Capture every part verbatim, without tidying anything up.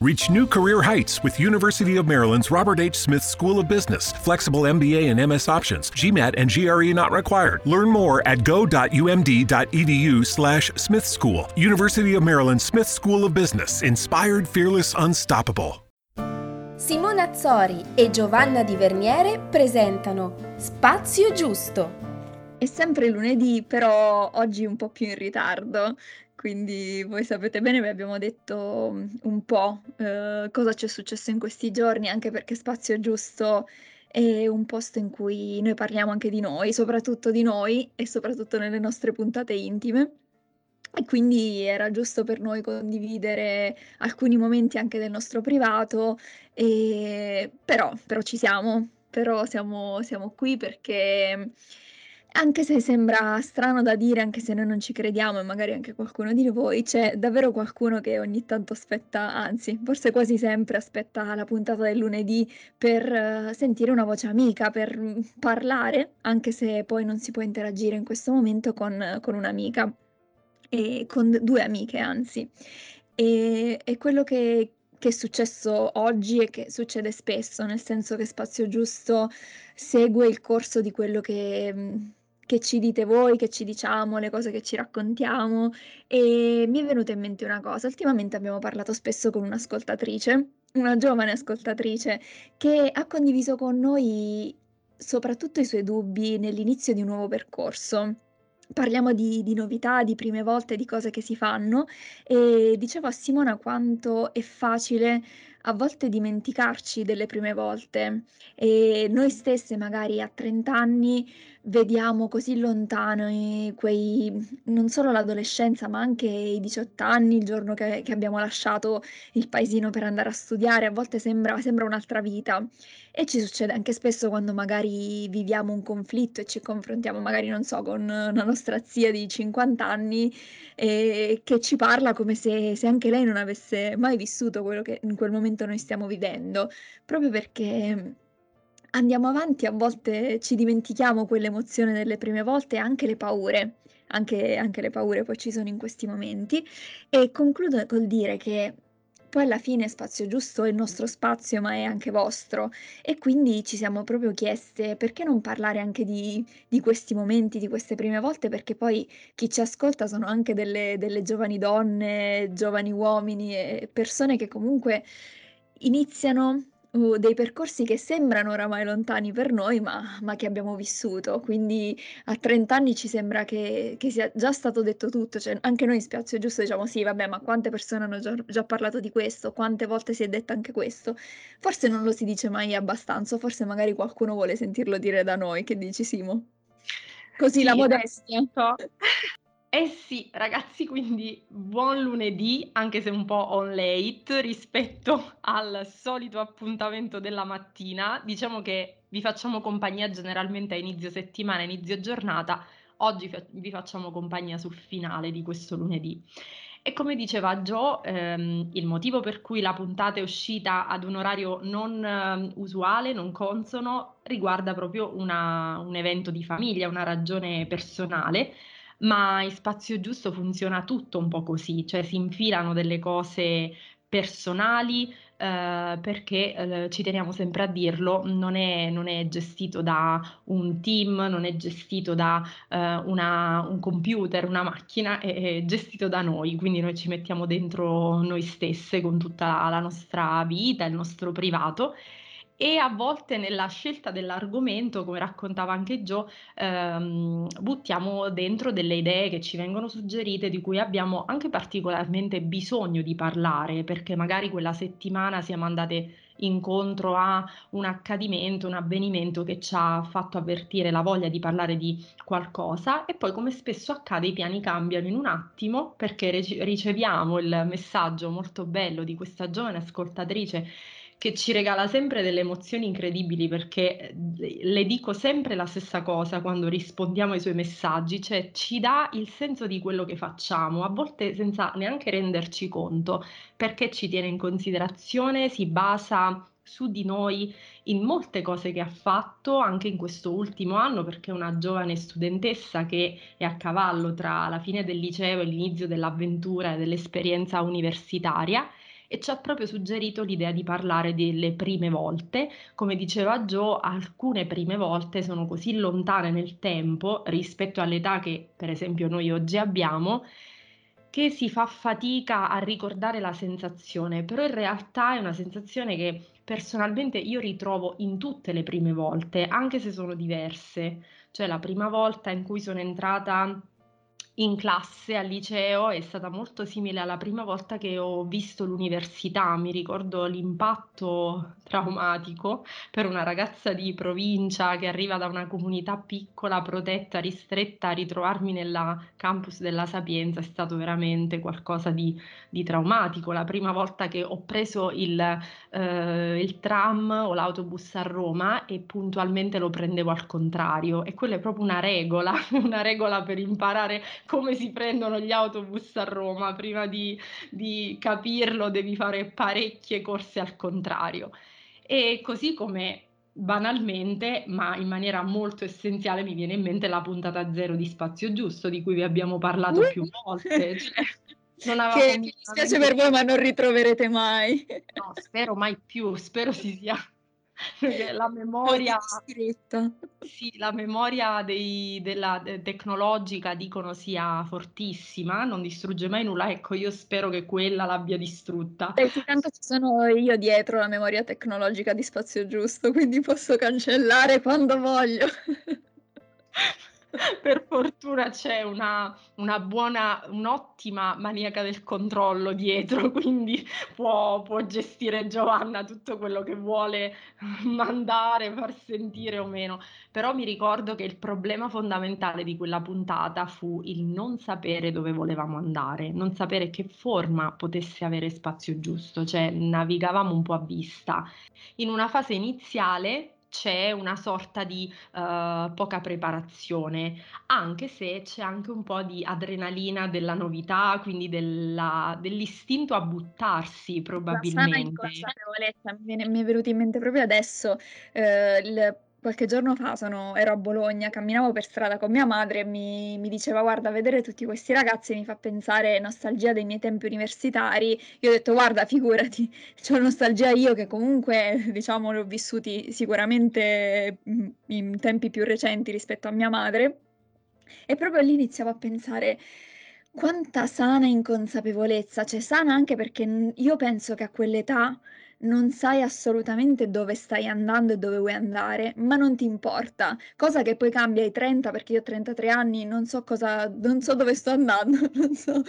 Reach new career heights with University of Maryland's Robert H. Smith School of Business. Flexible M B A and M S options. GMAT and G R E not required. Learn more at go.umd.edu slash Smith School. University of Maryland Smith School of Business. Inspired, fearless, unstoppable. Simona Azzori e Giovanna Di Verniere presentano Spazio Giusto. È sempre lunedì, però oggi un po' più in ritardo. Quindi voi sapete bene, vi abbiamo detto un po' eh, cosa ci è successo in questi giorni, anche perché Spazio Giusto è un posto in cui noi parliamo anche di noi, soprattutto di noi e soprattutto nelle nostre puntate intime. E quindi era giusto per noi condividere alcuni momenti anche del nostro privato, e... però, però ci siamo, però siamo, siamo qui perché... Anche se sembra strano da dire, anche se noi non ci crediamo e magari anche qualcuno di voi, c'è davvero qualcuno che ogni tanto aspetta, anzi, forse quasi sempre aspetta la puntata del lunedì per eh, sentire una voce amica, per mm, parlare, anche se poi non si può interagire in questo momento con, con un'amica, e con due amiche, anzi. E, e quello che, che è successo oggi e che succede spesso, nel senso che Spazio Giusto segue il corso di quello che, mh, che ci dite voi, che ci diciamo, le cose che ci raccontiamo. E mi è venuta in mente una cosa. Ultimamente abbiamo parlato spesso con un'ascoltatrice, una giovane ascoltatrice, che ha condiviso con noi soprattutto i suoi dubbi nell'inizio di un nuovo percorso. Parliamo di, di novità, di prime volte, di cose che si fanno, e dicevo a Simona quanto è facile a volte dimenticarci delle prime volte, e noi stesse magari a trenta anni vediamo così lontano i- quei, non solo l'adolescenza, ma anche i diciotto anni, il giorno che, che abbiamo lasciato il paesino per andare a studiare, a volte sembra, sembra un'altra vita. E ci succede anche spesso quando magari viviamo un conflitto e ci confrontiamo magari, non so, con una nostra zia di cinquanta anni, eh, che ci parla come se, se anche lei non avesse mai vissuto quello che in quel momento noi stiamo vivendo, proprio perché andiamo avanti, a volte ci dimentichiamo quell'emozione delle prime volte e anche le paure. Anche, anche le paure poi ci sono in questi momenti. E concludo col dire che poi alla fine Spazio Giusto è il nostro spazio, ma è anche vostro. E quindi ci siamo proprio chieste perché non parlare anche di, di questi momenti, di queste prime volte, perché poi chi ci ascolta sono anche delle, delle giovani donne, giovani uomini e persone che comunque iniziano uh, dei percorsi che sembrano oramai lontani per noi, ma, ma che abbiamo vissuto. Quindi a trenta anni ci sembra che, che sia già stato detto tutto, cioè anche noi in Spazio Giusto diciamo sì, vabbè, ma quante persone hanno già, già parlato di questo, quante volte si è detto anche questo. Forse non lo si dice mai abbastanza, o forse magari qualcuno vuole sentirlo dire da noi, che dici Simo? Così la Sì, modestia. esatto. Eh sì, ragazzi, quindi buon lunedì, anche se un po' on late rispetto al solito appuntamento della mattina. Diciamo che vi facciamo compagnia generalmente a inizio settimana, inizio giornata. Oggi fa- vi facciamo compagnia sul finale di questo lunedì. E come diceva Gio, ehm, il motivo per cui la puntata è uscita ad un orario non ehm, usuale, non consono, riguarda proprio una- un evento di famiglia, una ragione personale, ma in Spazio Giusto funziona tutto un po' così, cioè si infilano delle cose personali, eh, perché eh, ci teniamo sempre a dirlo, non è, non è gestito da un team, non è gestito da eh, una- un computer, una macchina, è, è gestito da noi, quindi noi ci mettiamo dentro noi stesse con tutta la nostra vita, il nostro privato. E a volte nella scelta dell'argomento, come raccontava anche Gio, ehm, buttiamo dentro delle idee che ci vengono suggerite, di cui abbiamo anche particolarmente bisogno di parlare, perché magari quella settimana siamo andate incontro a un accadimento, un avvenimento che ci ha fatto avvertire la voglia di parlare di qualcosa, e poi, come spesso accade, i piani cambiano in un attimo perché rece- riceviamo il messaggio molto bello di questa giovane ascoltatrice che ci regala sempre delle emozioni incredibili, perché eh, le dico sempre la stessa cosa quando rispondiamo ai suoi messaggi, cioè ci dà il senso di quello che facciamo, a volte senza neanche renderci conto, perché ci tiene in considerazione, si basa su di noi in molte cose che ha fatto anche in questo ultimo anno, perché è una giovane studentessa che è a cavallo tra la fine del liceo e l'inizio dell'avventura e dell'esperienza universitaria, e ci ha proprio suggerito l'idea di parlare delle prime volte. Come diceva Jo, alcune prime volte sono così lontane nel tempo rispetto all'età che per esempio noi oggi abbiamo, che si fa fatica a ricordare la sensazione, però in realtà è una sensazione che personalmente io ritrovo in tutte le prime volte, anche se sono diverse. Cioè la prima volta in cui sono entrata in classe al liceo è stata molto simile alla prima volta che ho visto l'università. Mi ricordo l'impatto traumatico per una ragazza di provincia che arriva da una comunità piccola, protetta, ristretta, a ritrovarmi nella campus della Sapienza è stato veramente qualcosa di, di traumatico. La prima volta che ho preso il, eh, il tram o l'autobus a Roma e puntualmente lo prendevo al contrario, e quella è proprio una regola, una regola per imparare come si prendono gli autobus a Roma. Prima di, di capirlo devi fare parecchie corse al contrario. E così come banalmente, ma in maniera molto essenziale, mi viene in mente la puntata zero di Spazio Giusto, di cui vi abbiamo parlato più volte. Cioè, non avevamo Che mi dispiace per minimamente... voi, ma non ritroverete mai. No, spero mai più, spero si sia... perché la Avete memoria... distrutta. Sì, la memoria dei- della de- tecnologica dicono sia fortissima, non distrugge mai nulla. Ecco, io spero che quella l'abbia distrutta. Senti, tanto ci sono io dietro la memoria tecnologica di Spazio Giusto, quindi posso cancellare quando voglio. Per fortuna c'è una, una buona, un'ottima maniaca del controllo dietro, quindi può, può gestire Giovanna tutto quello che vuole mandare, far sentire o meno. Però mi ricordo che il problema fondamentale di quella puntata fu il non sapere dove volevamo andare, non sapere che forma potesse avere Spazio Giusto, cioè navigavamo un po' a vista. In una fase iniziale c'è una sorta di eh, poca preparazione, anche se c'è anche un po' di adrenalina della novità, quindi della- dell'istinto a buttarsi La sana probabilmente. inconsapevolezza, mi viene- mi è venuto in mente proprio adesso, eh, il- qualche giorno fa sono- ero a Bologna, camminavo per strada con mia madre e mi, mi diceva guarda, vedere tutti questi ragazzi mi fa pensare nostalgia dei miei tempi universitari. Io ho detto guarda, figurati, c'ho nostalgia io che comunque, diciamo, li ho vissuti sicuramente mm, in tempi più recenti rispetto a mia madre. E proprio lì iniziavo a pensare quanta sana inconsapevolezza, cioè sana anche perché n- io penso che a quell'età non sai assolutamente dove stai andando e dove vuoi andare, ma non ti importa, cosa che poi cambia ai trenta perché io ho trentatré anni, non so cosa, non so dove sto andando, non so.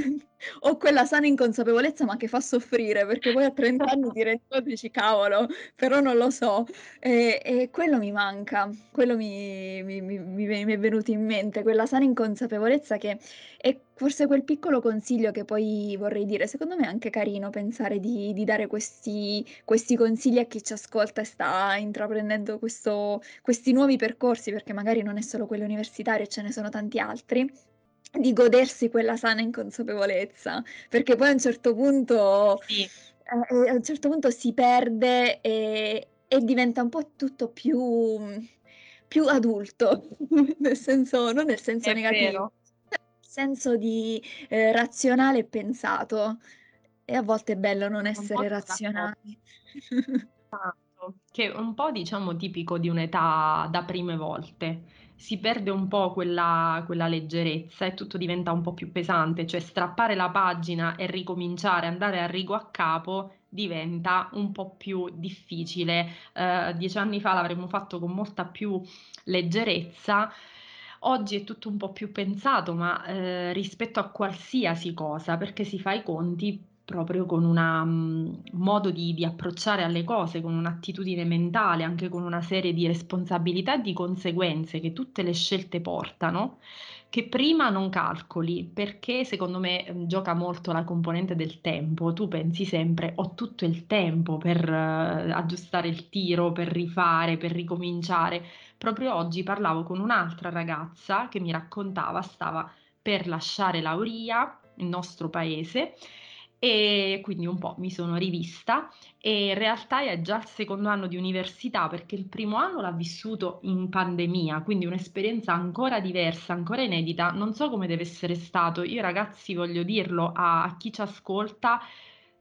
Ho quella sana inconsapevolezza ma che fa soffrire perché poi a trenta anni ti rendi conto e dici cavolo, però non lo so. E, e quello mi manca, quello mi, mi- mi- mi ve- mi è venuto in mente, quella sana inconsapevolezza che è forse quel piccolo consiglio che poi vorrei dire. Secondo me è anche carino pensare di, di dare questi, questi consigli a chi ci ascolta e sta intraprendendo questo- questi nuovi percorsi, perché magari non è solo quello universitario, ce ne sono tanti altri. Di godersi quella sana inconsapevolezza, perché poi a un certo punto Sì, eh, eh, a un certo punto si perde e, e diventa un po' tutto più, più adulto, nel senso, non nel senso è negativo, vero. nel senso di eh, razionale e pensato. E a volte è bello non Sono un po' essere d'accordo. razionali. Che è un po', diciamo, tipico di un'età da prime volte. Si perde un po' quella, quella leggerezza e tutto diventa un po' più pesante, cioè strappare la pagina e ricominciare, andare a rigo a capo diventa un po' più difficile. Eh, dieci anni fa l'avremmo fatto con molta più leggerezza. Oggi è tutto un po' più pensato, ma eh, rispetto a qualsiasi cosa, perché si fa i conti proprio con un modo di, di approcciare alle cose, con un'attitudine mentale, anche con una serie di responsabilità e di conseguenze che tutte le scelte portano, che prima non calcoli, perché secondo me eh, gioca molto la componente del tempo. Tu pensi sempre, ho tutto il tempo per eh, aggiustare il tiro, per rifare, per ricominciare. Proprio oggi parlavo con un'altra ragazza che mi raccontava, stava per lasciare Lauria, il nostro paese, e quindi un po' mi sono rivista e in realtà è già il secondo anno di università perché il primo anno l'ha vissuto in pandemia, quindi un'esperienza ancora diversa, ancora inedita. Non so come deve essere stato. Io ragazzi voglio dirlo a, a chi ci ascolta,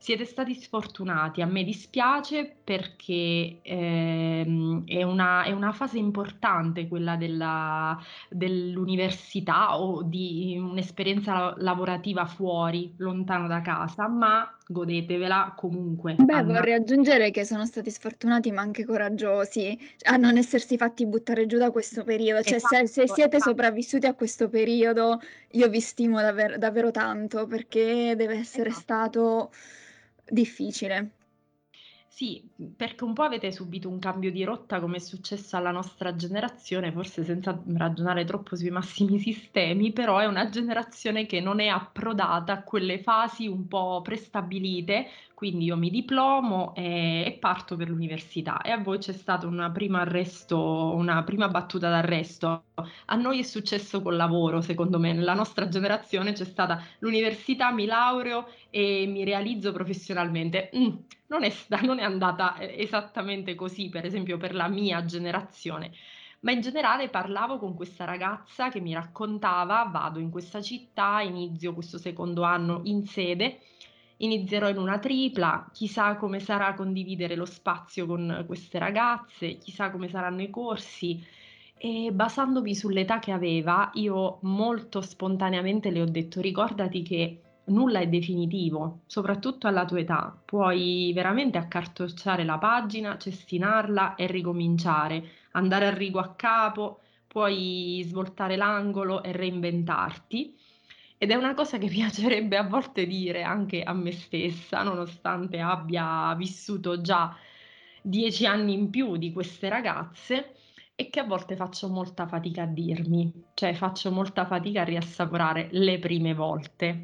Siete stati sfortunati, a me dispiace perché ehm, è una, è una fase importante quella della- dell'università o di un'esperienza la- lavorativa fuori, lontano da casa, ma godetevela comunque. Beh, Andate. vorrei aggiungere che sono stati sfortunati ma anche coraggiosi a non essersi fatti buttare giù da questo periodo. Cioè, se, se Esatto, siete esatto, sopravvissuti a questo periodo, io vi stimo davvero, davvero tanto perché deve essere esatto. stato difficile. Sì, perché un po' avete subito un cambio di rotta come è successo alla nostra generazione, forse senza ragionare troppo sui massimi sistemi, però è una generazione che non è approdata a quelle fasi un po' prestabilite, quindi io mi diplomo e, e parto per l'università e a voi c'è stato una prima arresto, una prima battuta d'arresto. A noi è successo col lavoro, secondo me, nella nostra generazione c'è stata l'università, mi laureo e mi realizzo professionalmente. Mm, non è, sta- non è andata eh, esattamente così, per esempio, per la mia generazione. Ma in generale parlavo con questa ragazza che mi raccontava, vado in questa città, inizio questo secondo anno in sede, inizierò in una tripla, chissà come sarà condividere lo spazio con queste ragazze, chissà come saranno i corsi. E basandomi sull'età che aveva, io molto spontaneamente le ho detto: ricordati che nulla è definitivo, soprattutto alla tua età. Puoi veramente accartocciare la pagina, cestinarla e ricominciare, andare a rigo a capo, puoi svoltare l'angolo e reinventarti. Ed è una cosa che piacerebbe a volte dire anche a me stessa, nonostante abbia vissuto già dieci anni in più di queste ragazze e che a volte faccio molta fatica a dirmi, cioè faccio molta fatica a riassaporare le prime volte.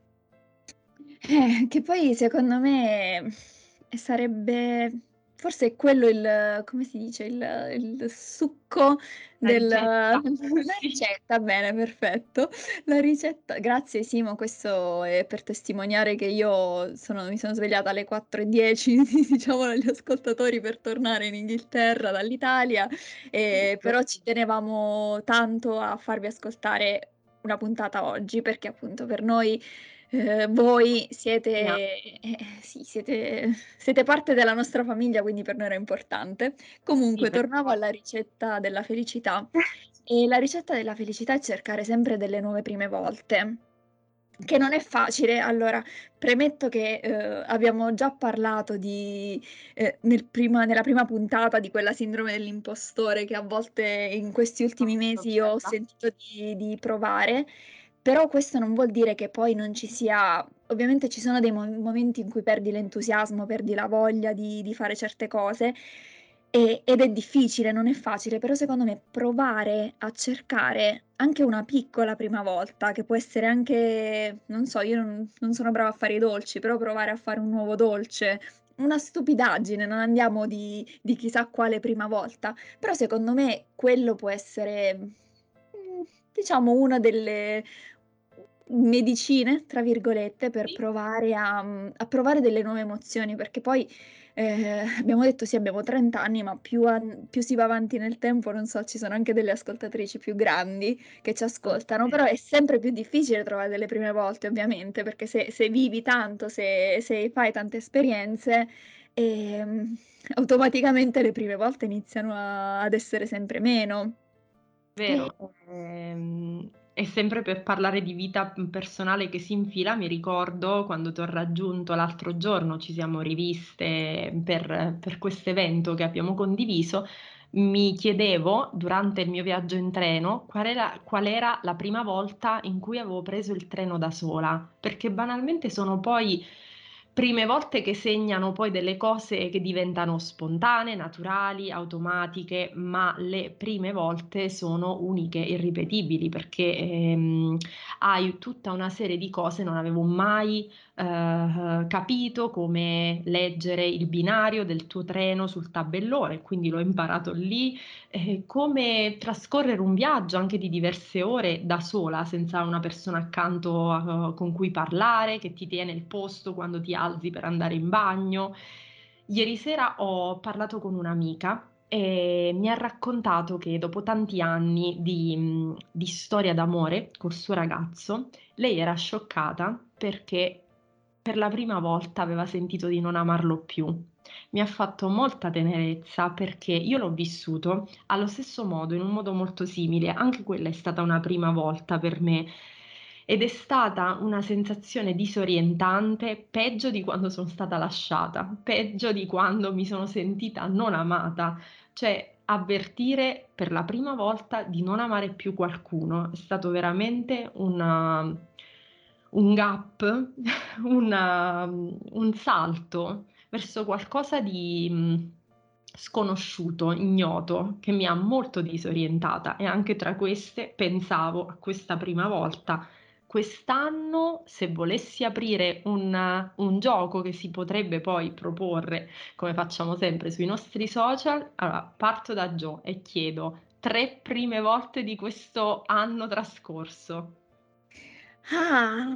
Eh, che poi secondo me sarebbe forse è quello il, come si dice, il, il succo La del, la ricetta, sì. ricetta, bene, perfetto. La ricetta, grazie Simo, questo è per testimoniare che io sono- mi sono svegliata alle quattro e dieci, diciamo agli ascoltatori, per tornare in Inghilterra dall'Italia, e però ci tenevamo tanto a farvi ascoltare una puntata oggi perché appunto per noi eh, voi siete, eh, sì, siete, siete parte della nostra famiglia, quindi per noi era importante. Sì, Comunque, per tornavo alla forza. ricetta della felicità. E la ricetta della felicità è cercare sempre delle nuove prime volte, che non è facile. Allora, premetto che eh, abbiamo già parlato di, eh, nel prima- nella prima puntata di quella sindrome dell'impostore che a volte in questi ultimi Molto mesi io ho bella. sentito di, di provare, però questo non vuol dire che poi non ci sia, ovviamente ci sono dei mo- momenti in cui perdi l'entusiasmo, perdi la voglia di, di fare certe cose e- ed è difficile, non è facile, però secondo me provare a cercare anche una piccola prima volta, che può essere anche, non so, io non, non sono brava a fare i dolci, però provare a fare un nuovo dolce, una stupidaggine, non andiamo di, di chissà quale prima volta, però secondo me quello può essere, mm, diciamo, una delle medicine, tra virgolette, per Sì, provare a, a provare delle nuove emozioni, perché poi eh, abbiamo detto sì, abbiamo trenta anni, ma più, an- più si va avanti nel tempo, non so, ci sono anche delle ascoltatrici più grandi che ci ascoltano, però è assolutamente. sempre più difficile trovare delle prime volte, ovviamente, perché se, se vivi tanto, se, se fai tante esperienze, ehm, automaticamente le prime volte iniziano a- ad essere sempre meno. E- Vero, ehm, e sempre per parlare di vita mm, personale che si infila, mi ricordo quando ti ho raggiunto l'altro giorno, ci siamo riviste per, per questo evento che abbiamo condiviso, mi chiedevo durante il mio viaggio in treno qual era, qual era la prima volta in cui avevo preso il treno da sola, perché banalmente sono poi prime volte che segnano poi delle cose che diventano spontanee, naturali, automatiche, ma le prime volte sono uniche, irripetibili, perché ehm, hai tutta una serie di cose, non avevo mai eh, capito come leggere il binario del tuo treno sul tabellone, quindi l'ho imparato lì, eh, come trascorrere un viaggio anche di diverse ore da sola, senza una persona accanto eh, con cui parlare, che ti tiene il posto quando ti alzi per andare in bagno. Ieri sera ho parlato con un'amica e mi ha raccontato che dopo tanti anni di, mh, di storia d'amore col suo ragazzo, lei era scioccata perché per la prima volta aveva sentito di non amarlo più. Mi ha fatto molta tenerezza perché io l'ho vissuto allo stesso modo, in un modo molto simile. Anche quella è stata una prima volta per me ed è stata una sensazione disorientante, peggio di quando sono stata lasciata, peggio di quando mi sono sentita non amata. Cioè, avvertire per la prima volta di non amare più qualcuno è stato veramente una- un gap, una- un salto verso qualcosa di mh, sconosciuto, ignoto, che mi ha molto disorientata e anche tra queste pensavo a questa prima volta. Quest'anno, se volessi aprire un, un gioco che si potrebbe poi proporre, come facciamo sempre sui nostri social, allora parto da Gio e chiedo tre prime volte di questo anno trascorso. Ah,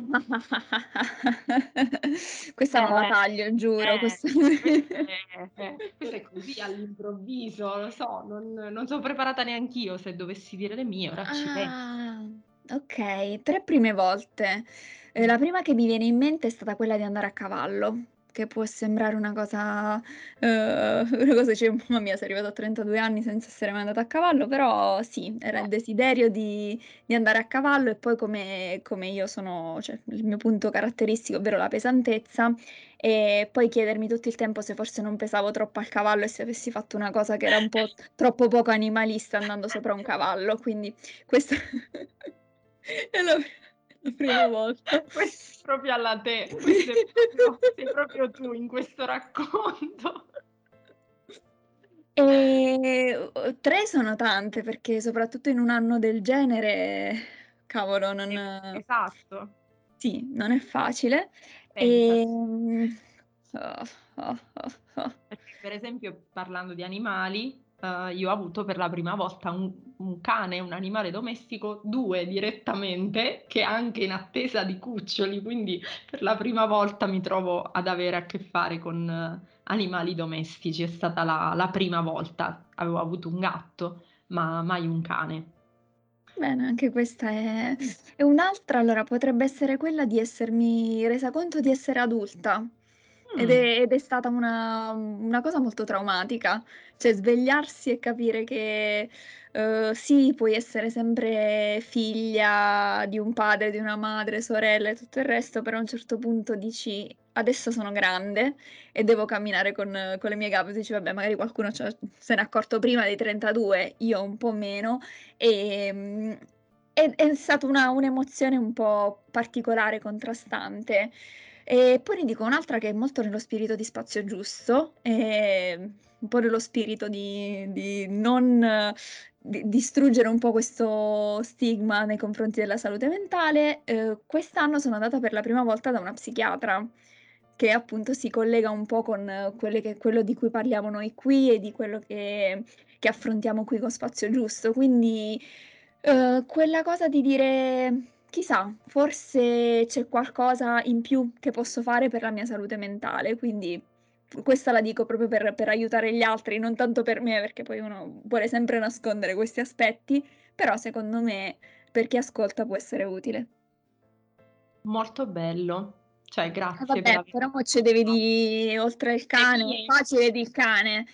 questa non la Eh, taglio, giuro. eh, Questa... questo è, eh, questo è così all'improvviso, lo so, non, non sono preparata neanch'io se dovessi dire le mie, ora ci penso. Ah, ok, tre prime volte. Eh, la Mm. prima che mi viene in mente è stata quella di andare a cavallo, che può sembrare una cosa, eh, una cosa, cioè, mamma mia, sei arrivata a trentadue anni senza essere mai andata a cavallo, però sì, era il desiderio di, di andare a cavallo e poi come, come io sono, cioè il mio punto caratteristico, ovvero la pesantezza, e poi chiedermi tutto il tempo se forse non pesavo troppo al cavallo e se avessi fatto una cosa che era un po' troppo poco animalista andando sopra un cavallo, quindi questa è la, la prima volta. Questo è proprio alla te, questo è proprio, sei proprio tu in questo racconto. E uh, tre sono tante perché soprattutto in un anno del genere, cavolo, Eh, non, Esatto, sì, non è facile. E, pensaci. oh, oh, oh, oh. Perché, per esempio, parlando di animali, eh, io ho avuto per la prima volta un, un cane, un animale domestico, due direttamente, che anche in attesa di cuccioli, quindi per la prima volta mi trovo ad avere a che fare con eh, animali domestici. È stata la, la prima volta. Avevo avuto un gatto, ma mai un cane. Bene, anche questa è, è un'altra, allora potrebbe essere quella di essermi resa conto di essere adulta ed Mm. è, ed è stata una, una cosa molto traumatica, cioè svegliarsi e capire che eh, sì, puoi essere sempre figlia di un padre, di una madre, sorella e tutto il resto, però a un certo punto dici adesso sono grande e devo camminare con, con le mie gambe, dici vabbè, magari qualcuno ce- se n'è accorto prima dei trentadue, io un po' meno. E, mm, è, è stata una- un'emozione un po' particolare, contrastante. E poi ne dico un'altra che è molto nello spirito di Spazio Giusto, e un po' nello spirito di, di non eh, di- distruggere un po' questo stigma nei confronti della salute mentale. Eh, quest'anno sono andata per la prima volta da una psichiatra che appunto si collega un po' con eh, quelle che- quello di cui parliamo noi qui e di quello che che affrontiamo qui con Spazio Giusto. Quindi eh, quella cosa di dire, chissà, forse c'è qualcosa in più che posso fare per la mia salute mentale. Quindi questa la dico proprio per, per aiutare gli altri, non tanto per me, perché poi uno vuole sempre nascondere questi aspetti, però secondo me per chi ascolta può essere utile. Molto bello. Cioè, Eh, grazie per vabbè, aver... però mo ci devi di oltre il Le cane, mie. facile di il cane.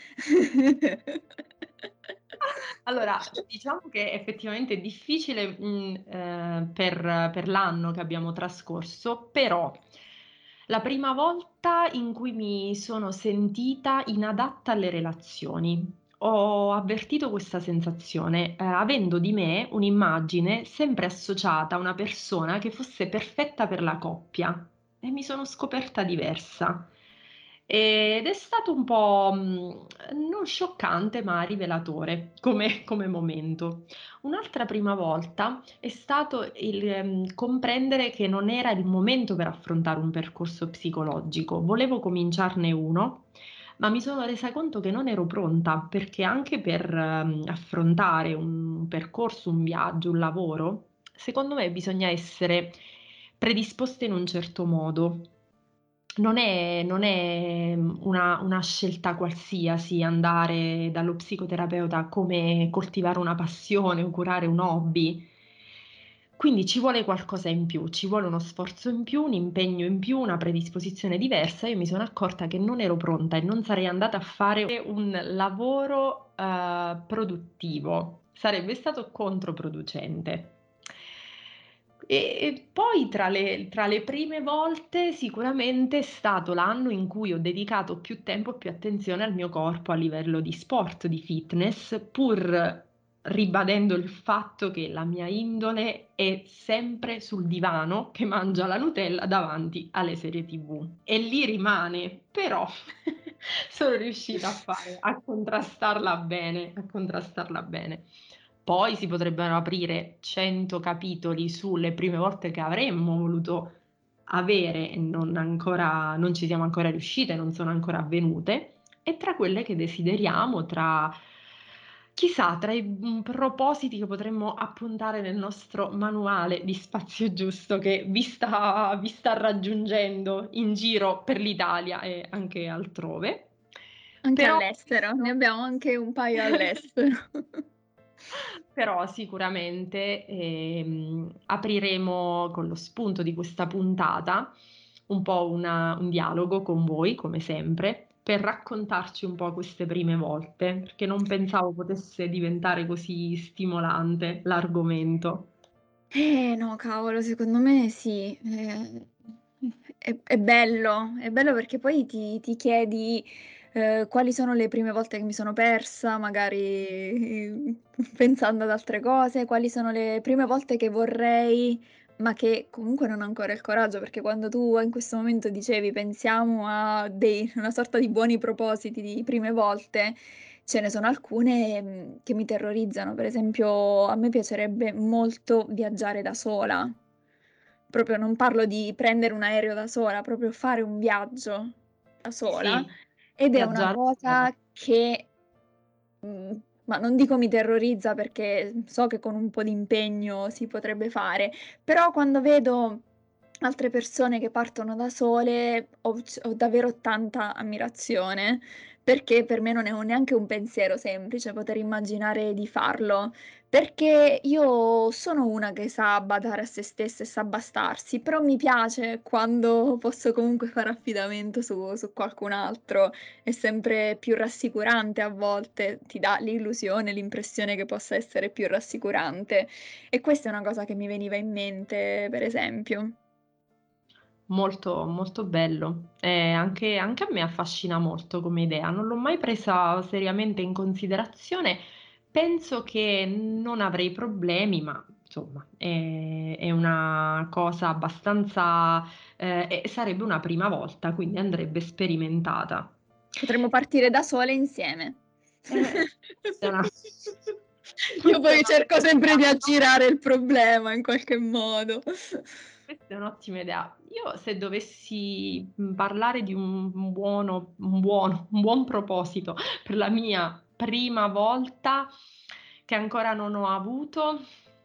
Allora, diciamo che effettivamente è difficile mh, eh, per, per l'anno che abbiamo trascorso, però la prima volta in cui mi sono sentita inadatta alle relazioni, ho avvertito questa sensazione, eh, avendo di me un'immagine sempre associata a una persona che fosse perfetta per la coppia e mi sono scoperta diversa. Ed è stato un po' mh, non scioccante, ma rivelatore come, come momento. Un'altra prima volta è stato il ehm, comprendere che non era il momento per affrontare un percorso psicologico. Volevo cominciarne uno, ma mi sono resa conto che non ero pronta, perché anche per ehm, affrontare un percorso, un viaggio, un lavoro, secondo me bisogna essere predisposte in un certo modo. Non è, non è una, una scelta qualsiasi andare dallo psicoterapeuta come coltivare una passione o curare un hobby. Quindi ci vuole qualcosa in più, ci vuole uno sforzo in più, un impegno in più, una predisposizione diversa. Io mi sono accorta che non ero pronta e non sarei andata a fare un lavoro eh, produttivo, sarebbe stato controproducente. E e poi tra le, tra le prime volte sicuramente è stato l'anno in cui ho dedicato più tempo e più attenzione al mio corpo a livello di sport, di fitness, pur ribadendo il fatto che la mia indole è sempre sul divano che mangia la Nutella davanti alle serie T V. E lì rimane, però sono riuscita a fare, a contrastarla bene, a contrastarla bene. Poi si potrebbero aprire cento capitoli sulle prime volte che avremmo voluto avere e non ancora, non ci siamo ancora riuscite, non sono ancora avvenute, e tra quelle che desideriamo, tra chissà, tra i mm, propositi che potremmo appuntare nel nostro manuale di Spazio Giusto che vi sta, vi sta raggiungendo in giro per l'Italia e anche altrove. Anche Però all'estero, ne abbiamo anche un paio all'estero. Però sicuramente ehm, apriremo con lo spunto di questa puntata un po' una- un dialogo con voi, come sempre, per raccontarci un po' queste prime volte, perché non pensavo potesse diventare così stimolante l'argomento. Eh no, cavolo, secondo me sì. eh, È, è bello, è bello perché poi ti, ti chiedi eh, quali sono le prime volte che mi sono persa, magari eh, pensando ad altre cose, quali sono le prime volte che vorrei, ma che comunque non ho ancora il coraggio, perché quando tu in questo momento dicevi pensiamo a dei, una sorta di buoni propositi di prime volte. Ce ne sono alcune mh, che mi terrorizzano, per esempio a me piacerebbe molto viaggiare da sola, proprio non parlo di prendere un aereo da sola, proprio fare un viaggio da sola, Sì, ed è una viaggiare. cosa che, mh, ma non dico mi terrorizza perché so che con un po' di impegno si potrebbe fare, però quando vedo altre persone che partono da sole ho, ho davvero tanta ammirazione, perché per me non è un- neanche un pensiero semplice poter immaginare di farlo, perché io sono una che sa badare a se stessa e sa bastarsi, però mi piace quando posso comunque fare affidamento su, su qualcun altro, è sempre più rassicurante a volte, ti dà l'illusione, l'impressione che possa essere più rassicurante. E questa è una cosa che mi veniva in mente, per esempio. Molto, molto bello. E anche, anche a me affascina molto come idea. Non l'ho mai presa seriamente in considerazione. Penso che non avrei problemi, ma insomma, è, è una cosa abbastanza, eh, e sarebbe una prima volta, quindi andrebbe sperimentata. Potremmo partire da sole insieme. Eh, questa è una, Io questa è poi una cerco sempre di bella idea. aggirare il problema in qualche modo. Questa è un'ottima idea. Io se dovessi mh, parlare di un un buono, un buono, un buon proposito per la mia prima volta che ancora non ho avuto,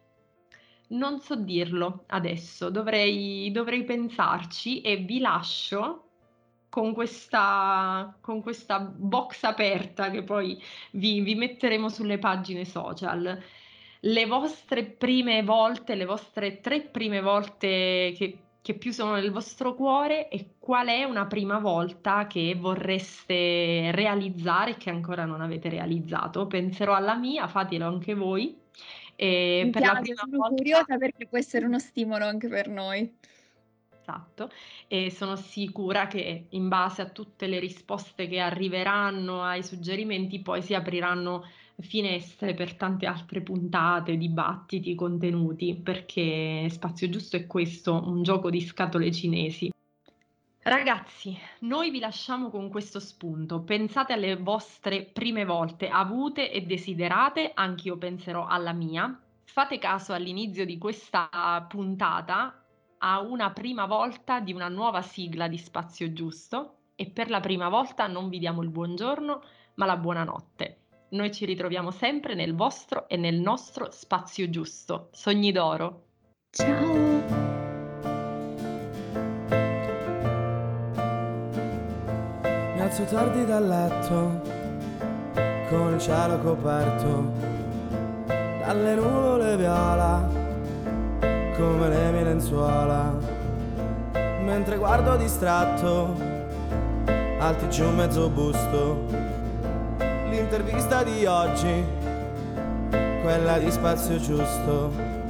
non so dirlo adesso, dovrei, dovrei pensarci e vi lascio con questa, con questa box aperta che poi vi, vi metteremo sulle pagine social. Le vostre prime volte, le vostre tre prime volte che, che più sono nel vostro cuore, e qual è una prima volta che vorreste realizzare e che ancora non avete realizzato? Penserò alla mia, fatelo anche voi. E Mi per la piace, prima sono volta. curiosa perché può essere uno stimolo anche per noi. Esatto, e sono sicura che in base a tutte le risposte che arriveranno ai suggerimenti poi si apriranno finestre per tante altre puntate, dibattiti, contenuti, perché Spazio Giusto è questo, un gioco di scatole cinesi. Ragazzi, noi vi lasciamo con questo spunto. Pensate alle vostre prime volte avute e desiderate, anch'io penserò alla mia. Fate caso all'inizio di questa puntata a una prima volta di una nuova sigla di Spazio Giusto, e per la prima volta non vi diamo il buongiorno, ma la buonanotte. Noi ci ritroviamo sempre nel vostro e nel nostro Spazio Giusto. Sogni d'oro. Ciao! Mi alzo tardi dal letto, con il cielo coperto dalle nuvole viola, come le mie lenzuola, mentre guardo distratto, alti giù mezzo busto, l'intervista di oggi, quella di Spazio Giusto.